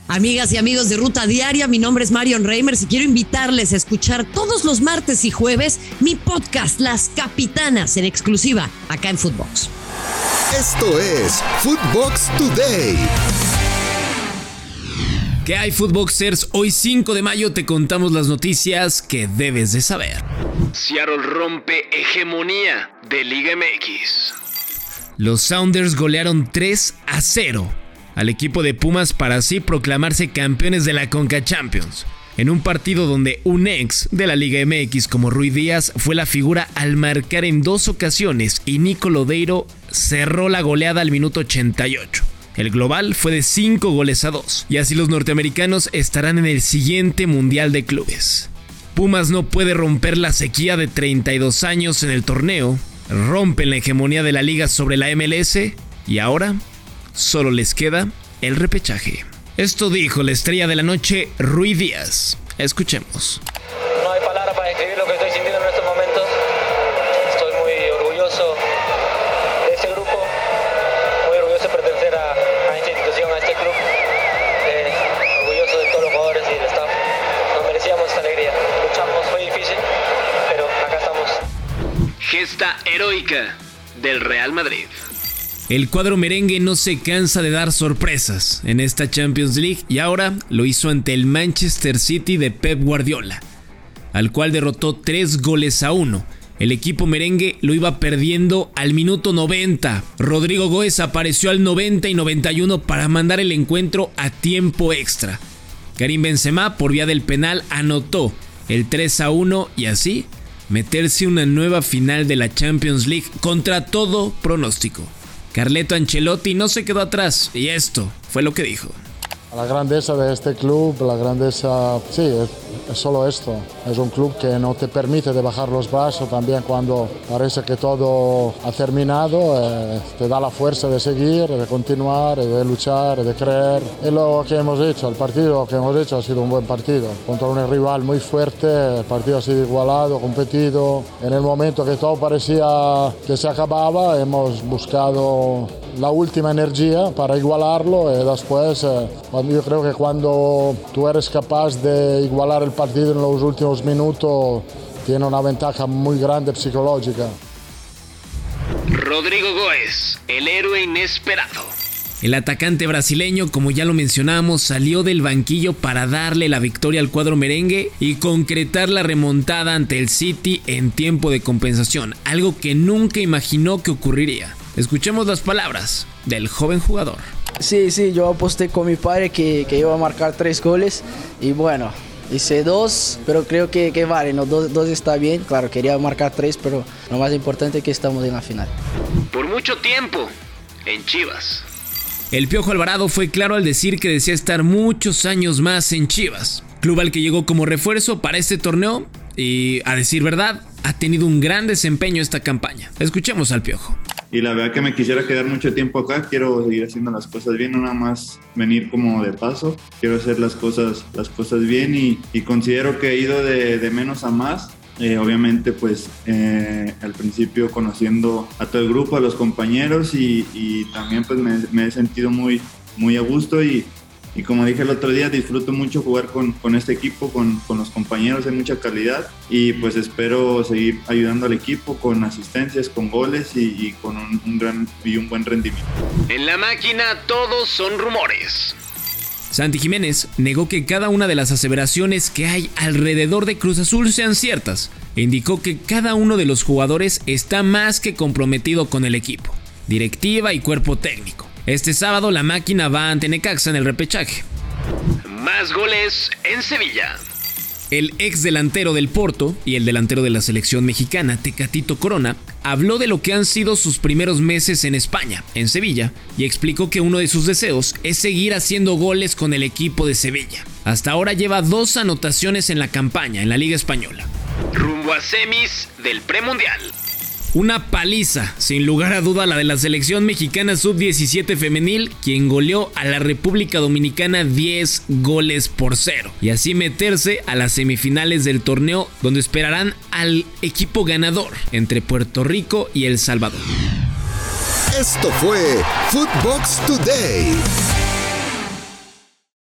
Amigas y amigos de Ruta Diaria, mi nombre es Marion Reimers y quiero invitarles a escuchar todos los martes y jueves mi podcast Las Capitanas en exclusiva acá en Footbox. Esto es Footbox Today. ¿Qué hay, Footboxers? Hoy 5 de mayo te contamos las noticias que debes de saber. Seattle rompe hegemonía de Liga MX. Los Sounders golearon 3-0 al equipo de Pumas para así proclamarse campeones de la Conca Champions, en un partido donde un ex de la Liga MX como Rui Díaz fue la figura al marcar en 2 ocasiones y Nico Lodeiro cerró la goleada al minuto 88. El global fue de 5-2 y así los norteamericanos estarán en el siguiente Mundial de Clubes. Pumas no puede romper la sequía de 32 años en el torneo, rompen la hegemonía de la liga sobre la MLS y ahora solo les queda el repechaje. Esto dijo la estrella de la noche, Rui Díaz. Escuchemos. No hay palabras para describir lo que estoy sintiendo en estos momentos. Estoy muy orgulloso de este grupo, muy orgulloso de pertenecer a esta institución, a este club. Orgulloso de todos los jugadores y del staff. Nos merecíamos esta alegría. Luchamos, fue difícil, pero acá estamos. Gesta heroica del Real Madrid. El cuadro merengue no se cansa de dar sorpresas en esta Champions League y ahora lo hizo ante el Manchester City de Pep Guardiola, al cual derrotó 3-1. El equipo merengue lo iba perdiendo al minuto 90. Rodrigo Goes apareció al 90 y 91 para mandar el encuentro a tiempo extra. Karim Benzema, por vía del penal, anotó el 3-1 y así meterse una nueva final de la Champions League contra todo pronóstico. Carleto Ancelotti no se quedó atrás y esto fue lo que dijo. La grandeza de este club, la grandeza, sí, es solo esto. Es un club que no te permite de bajar los brazos también cuando parece que todo ha terminado. Te da la fuerza de seguir, de continuar, de luchar, de creer. Es lo que hemos hecho. El partido que hemos hecho ha sido un buen partido. Contra un rival muy fuerte, el partido ha sido igualado, competido. En el momento que todo parecía que se acababa, hemos buscado la última energía para igualarlo y después yo creo que cuando tú eres capaz de igualar el partido en los últimos minutos tiene una ventaja muy grande psicológica. Rodrigo Goes, el héroe inesperado. El atacante brasileño, como ya lo mencionamos, salió del banquillo para darle la victoria al cuadro merengue y concretar la remontada ante el City en tiempo de compensación, algo que nunca imaginó que ocurriría. Escuchemos las palabras del joven jugador. Sí, yo aposté con mi padre que iba a marcar 3 goles y bueno, hice 2, pero creo que vale, ¿no? 2 está bien. Claro, quería marcar 3, pero lo más importante es que estamos en la final. Por mucho tiempo en Chivas. El Piojo Alvarado fue claro al decir que desea estar muchos años más en Chivas, club al que llegó como refuerzo para este torneo y, a decir verdad, ha tenido un gran desempeño esta campaña. Escuchemos al Piojo. Y la verdad que me quisiera quedar mucho tiempo acá, quiero seguir haciendo las cosas bien, no nada más venir como de paso, quiero hacer las cosas bien y considero que he ido de menos a más. Obviamente pues al principio conociendo a todo el grupo, a los compañeros y también pues me he sentido muy a gusto y como dije el otro día, disfruto mucho jugar con este equipo, con los compañeros, hay mucha calidad y pues espero seguir ayudando al equipo con asistencias, con goles y con un buen rendimiento. En la máquina todos son rumores. Santi Jiménez negó que cada una de las aseveraciones que hay alrededor de Cruz Azul sean ciertas e indicó que cada uno de los jugadores está más que comprometido con el equipo, directiva y cuerpo técnico. Este sábado la máquina va ante Necaxa en el repechaje. Más goles en Sevilla. El ex delantero del Porto y el delantero de la selección mexicana, Tecatito Corona, habló de lo que han sido sus primeros meses en España, en Sevilla, y explicó que uno de sus deseos es seguir haciendo goles con el equipo de Sevilla. Hasta ahora lleva 2 anotaciones en la campaña en la Liga Española. Rumbo a semis del premundial. Una paliza, sin lugar a duda, la de la selección mexicana sub-17 femenil, quien goleó a la República Dominicana 10-0, y así meterse a las semifinales del torneo, donde esperarán al equipo ganador entre Puerto Rico y El Salvador. Esto fue Footbox Today.